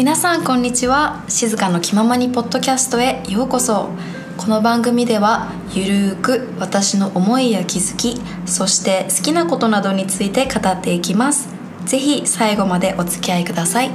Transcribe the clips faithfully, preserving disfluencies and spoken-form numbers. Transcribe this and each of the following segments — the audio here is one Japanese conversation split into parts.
皆さんこんにちは。静かの気ままにポッドキャストへようこそ。この番組ではゆるーく私の思いや気づき、そして好きなことなどについて語っていきます。ぜひ最後までお付き合いください。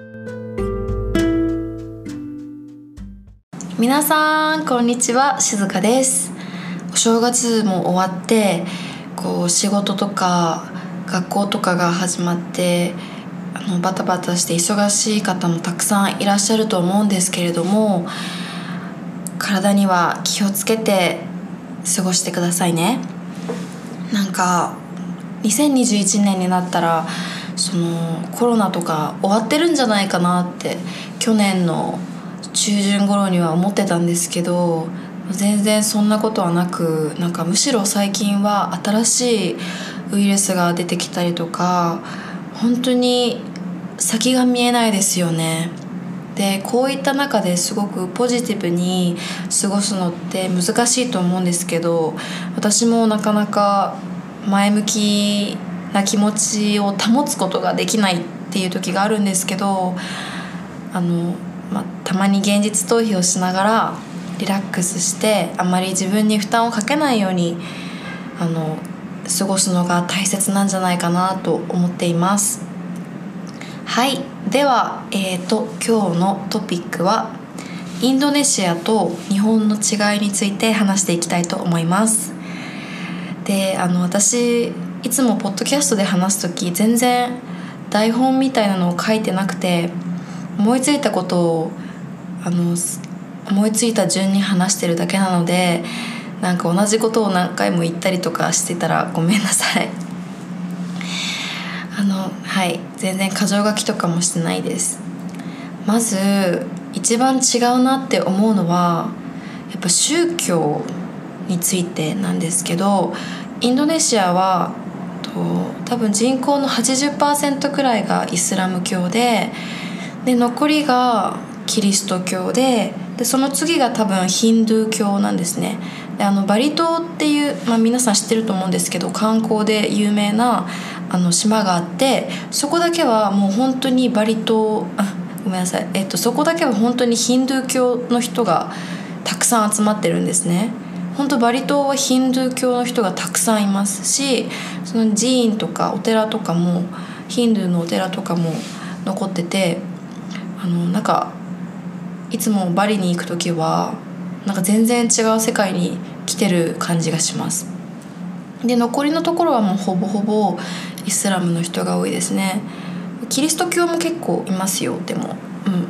皆さんこんにちは、静香です。お正月も終わって、こう仕事とか学校とかが始まってあのバタバタして忙しい方もたくさんいらっしゃると思うんですけれども、体には気をつけて過ごしてくださいね。なんかにせんにじゅういちねんになったらそのコロナとか終わってるんじゃないかなって去年の中旬頃には思ってたんですけど、全然そんなことはなく、なんかむしろ最近は新しいウイルスが出てきたりとか、本当に先が見えないですよね。でこういった中ですごくポジティブに過ごすのって難しいと思うんですけど、私もなかなか前向きな気持ちを保つことができないっていう時があるんですけど、あの、まあ、たまに現実逃避をしながらリラックスして、あまり自分に負担をかけないようにあの過ごすのが大切なんじゃないかなと思っています。はい、では、えーと、今日のトピックはインドネシアと日本の違いについて話していきたいと思います。で、あの私いつもポッドキャストで話すとき全然台本みたいなのを書いてなくて、思いついたことをあの思いついた順に話してるだけなので、なんか同じことを何回も言ったりとかしてたらごめんなさい。あのはい全然箇条書きとかもしてないです。まず一番違うなって思うのはやっぱ宗教についてなんですけど、インドネシアはと多分人口の はちじゅっパーセント くらいがイスラム教で、で残りがキリスト教で、でその次が多分ヒンドゥー教なんですね。であのバリ島っていう、まあ、皆さん知ってると思うんですけど、観光で有名なあの島があって、そこだけはもう本当にバリ島あごめんなさい、えっと、そこだけは本当にヒンドゥー教の人がたくさん集まってるんですね。本当バリ島はヒンドゥー教の人がたくさんいますし、その寺院とかお寺とかもヒンドゥーのお寺とかも残ってて、あのなんかいつもバリに行くときはなんか全然違う世界に来てる感じがします。で残りのところはもうほぼほぼイスラムの人が多いですね。キリスト教も結構いますよ。でもうん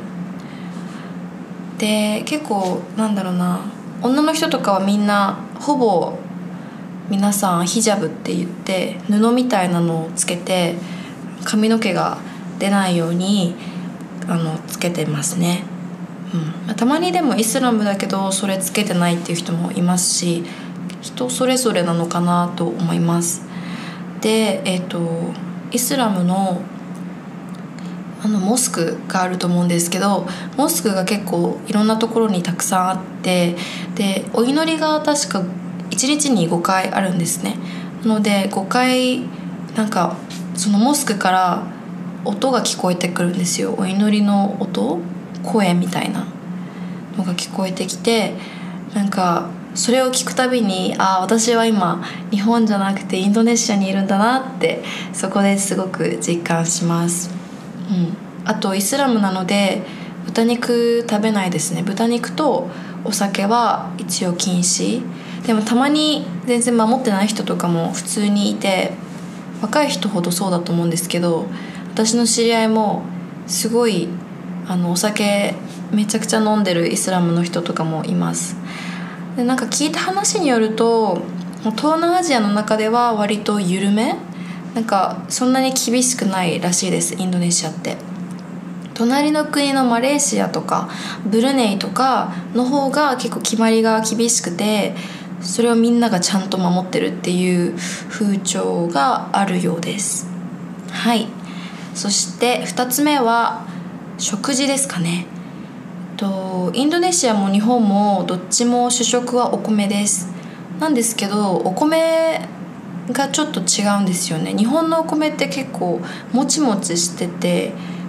で結構なんだろうな、女の人とかはみんなほぼ皆さんヒジャブって言って布みたいなのをつけて髪の毛が出ないようにあのつけてますね。うん、たまにでもイスラムだけどそれつけてないっていう人もいますし、人それぞれなのかなと思います。で、えーと、イスラムのあのモスクがあると思うんですけど、モスクが結構いろんなところにたくさんあって、でお祈りが確かいちにちにごかいあるんですね。なのでごかいなんかそのモスクから音が聞こえてくるんですよ。お祈りの音、声みたいなのが聞こえてきて、なんかそれを聞くたびに、ああ私は今日本じゃなくてインドネシアにいるんだなってそこですごく実感します。うん、あとイスラムなので豚肉食べないですね。豚肉とお酒は一応禁止。でもたまに全然守ってない人とかも普通にいて、若い人ほどそうだと思うんですけど、私の知り合いもすごいあのお酒めちゃくちゃ飲んでるイスラムの人とかもいます。でなんか聞いた話によると東南アジアの中では割と緩め、なんかそんなに厳しくないらしいです。インドネシアって隣の国のマレーシアとかブルネイとかの方が結構決まりが厳しくて、それをみんながちゃんと守ってるっていう風潮があるようです。はい、そしてふたつめは食事ですかね。とインドネシアも日本もどっちも主食はお米です。なんですけどお米がちょっと違うんですよね。日本のお米って結構もちもちしてて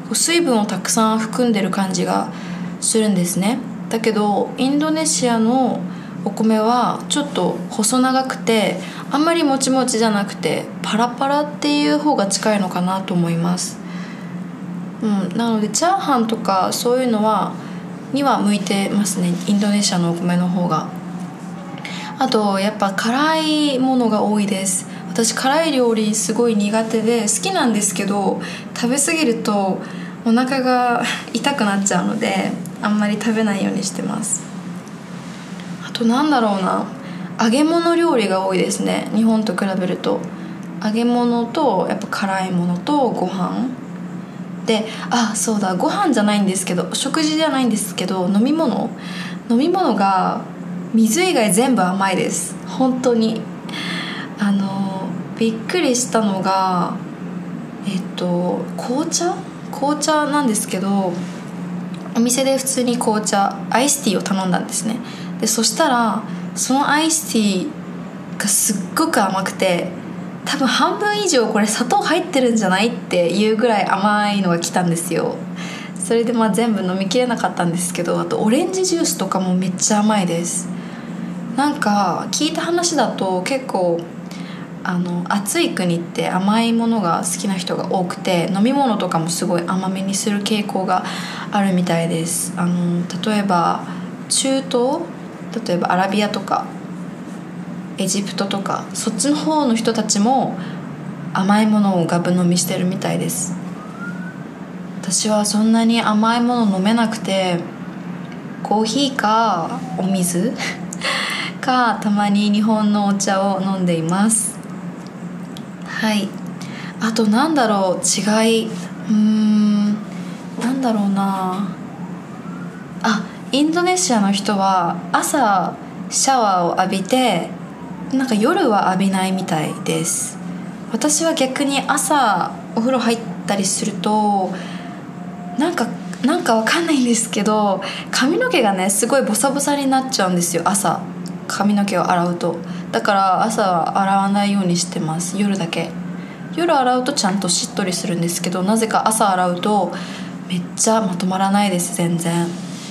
う水分をたくさん含んでる感じがするんですね。だけどインドネシアのお米はちょっと細長くて、あんまりもちもちじゃなくてパラパラっていう方が近いのかなと思います。うん、なのでチャーハンとかそういうのはには向いてますね、インドネシアのお米の方が。あとやっぱ辛いものが多いです。私辛い料理すごい苦手で好きなんですけど、食べ過ぎるとお腹が痛くなっちゃうのであんまり食べないようにしてます。あとなんだろうな、揚げ物料理が多いですね、日本と比べると。揚げ物とやっぱ辛いものとご飯で、あ、そうだ、ご飯じゃないんですけど、食事じゃないんですけど、飲み物飲み物が水以外全部甘いです、本当に。あのびっくりしたのがえっと紅茶紅茶なんですけど、お店で普通に紅茶アイスティーを頼んだんですね。でそしたらそのアイスティーがすっごく甘くて、多分半分以上これ砂糖入ってるんじゃないっていうぐらい甘いのが来たんですよ。それでまあ全部飲みきれなかったんですけど、あとオレンジジュースとかもめっちゃ甘いです。なんか聞いた話だと結構あの暑い国って甘いものが好きな人が多くて、飲み物とかもすごい甘めにする傾向があるみたいです。あの例えば中東、例えばアラビアとかエジプトとかそっちの方の人たちも甘いものをガブ飲みしてるみたいです。私はそんなに甘いもの飲めなくて、コーヒーかお水かたまに日本のお茶を飲んでいます。はい。あとなんだろう、違い、うーんなんだろうなあ、インドネシアの人は朝シャワーを浴びて、なんか夜は浴びないみたいです。私は逆に朝お風呂入ったりするとなんかなんかわかんないんですけど、髪の毛がねすごいボサボサになっちゃうんですよ、朝髪の毛を洗うと。だから朝は洗わないようにしてます、夜だけ。夜洗うとちゃんとしっとりするんですけど、なぜか朝洗うとめっちゃまとまらないです、全然。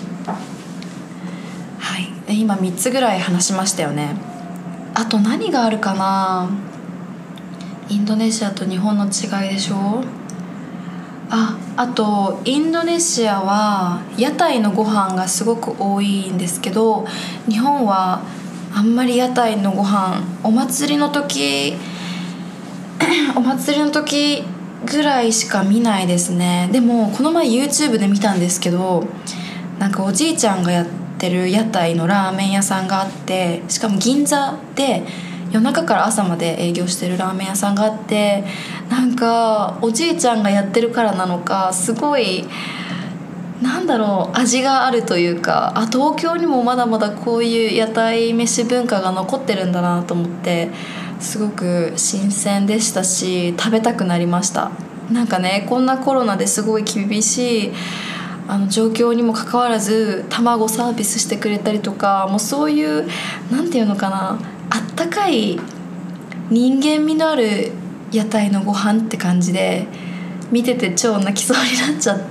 はい、今みっつぐらい話しましたよね。あと何があるかな。インドネシアと日本の違いでしょ。ああとインドネシアは屋台のご飯がすごく多いんですけど、日本はあんまり屋台のご飯お祭りの時お祭りの時ぐらいしか見ないですね。でもこの前 YouTube で見たんですけど、なんかおじいちゃんがやってる屋台のラーメン屋さんがあって、しかも銀座で夜中から朝まで営業してるラーメン屋さんがあって、なんかおじいちゃんがやってるからなのかすごいなんだろう、味があるというか、あ、東京にもまだまだこういう屋台飯文化が残ってるんだなと思って、すごく新鮮でしたし食べたくなりました。なんかね、こんなコロナですごい厳しいあの状況にもかかわらず卵サービスしてくれたりとか、もうそういうなんていうのかな、あったかい人間味のある屋台のご飯って感じで、見てて超泣きそうになっちゃって、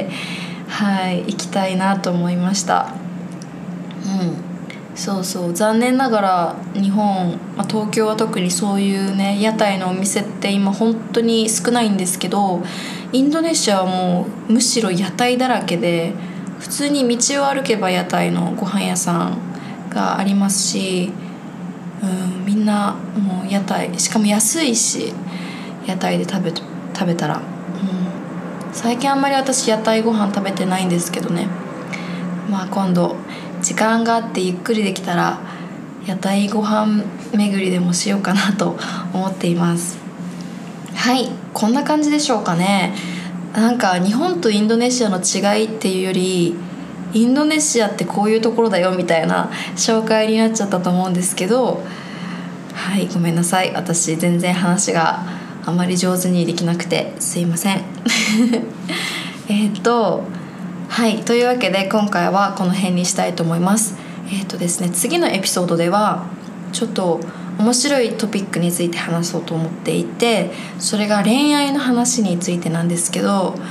はい、行きたいなと思いました。うん、そうそう、残念ながら日本、まあ、東京は特にそういうね屋台のお店って今本当に少ないんですけど、インドネシアはもうむしろ屋台だらけで、普通に道を歩けば屋台のご飯屋さんがありますし、うん、みんなもう屋台、しかも安いし屋台で食べ、食べたら、うん、最近あんまり私屋台ご飯食べてないんですけどね。まあ今度時間があってゆっくりできたら屋台ご飯巡りでもしようかなと思っています。はい、こんな感じでしょうかね。なんか日本とインドネシアの違いっていうより、インドネシアってこういうところだよみたいな紹介になっちゃったと思うんですけど、はい、ごめんなさい、私全然話があまり上手にできなくてすいませんえっとはいというわけで今回はこの辺にしたいと思います。えっとですね次のエピソードではちょっと面白いトピックについて話そうと思っていて、それが恋愛の話についてなんですけど、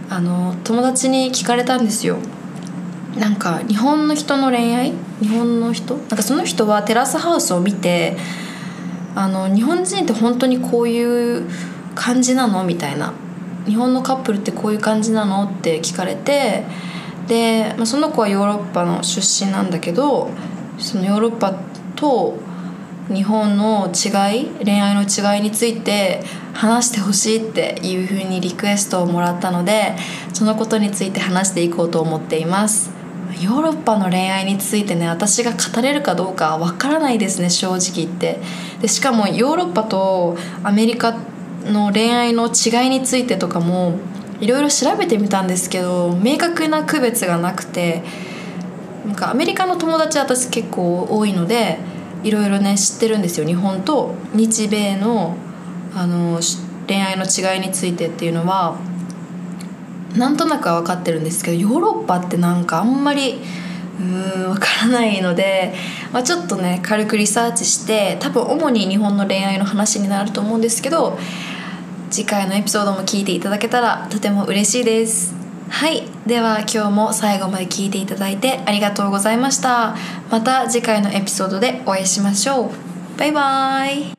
あの友達に聞かれたんですよ。なんか日本の人の恋愛日本の人なんかその人はテラスハウスを見て、あの日本人って本当にこういう感じなのみたいな、日本のカップルってこういう感じなのって聞かれて、で、まあ、その子はヨーロッパの出身なんだけど、そのヨーロッパと日本の違い恋愛の違いについて話してほしいっていう風にリクエストをもらったので、そのことについて話していこうと思っています。ヨーロッパの恋愛についてね、私が語れるかどうかわからないですね、正直言って。でしかもヨーロッパとアメリカの恋愛の違いについてとかもいろいろ調べてみたんですけど、明確な区別がなくて、なんかアメリカの友達は私結構多いのでいろいろね知ってるんですよ。日本と日米の、あの恋愛の違いについてっていうのはなんとなくは分かってるんですけど、ヨーロッパってなんかあんまりうーん分からないので、まあ、ちょっとね軽くリサーチして、多分主に日本の恋愛の話になると思うんですけど、次回のエピソードも聞いていただけたらとても嬉しいです。はい、では今日も最後まで聞いていただいてありがとうございました。また次回のエピソードでお会いしましょう。バイバイ。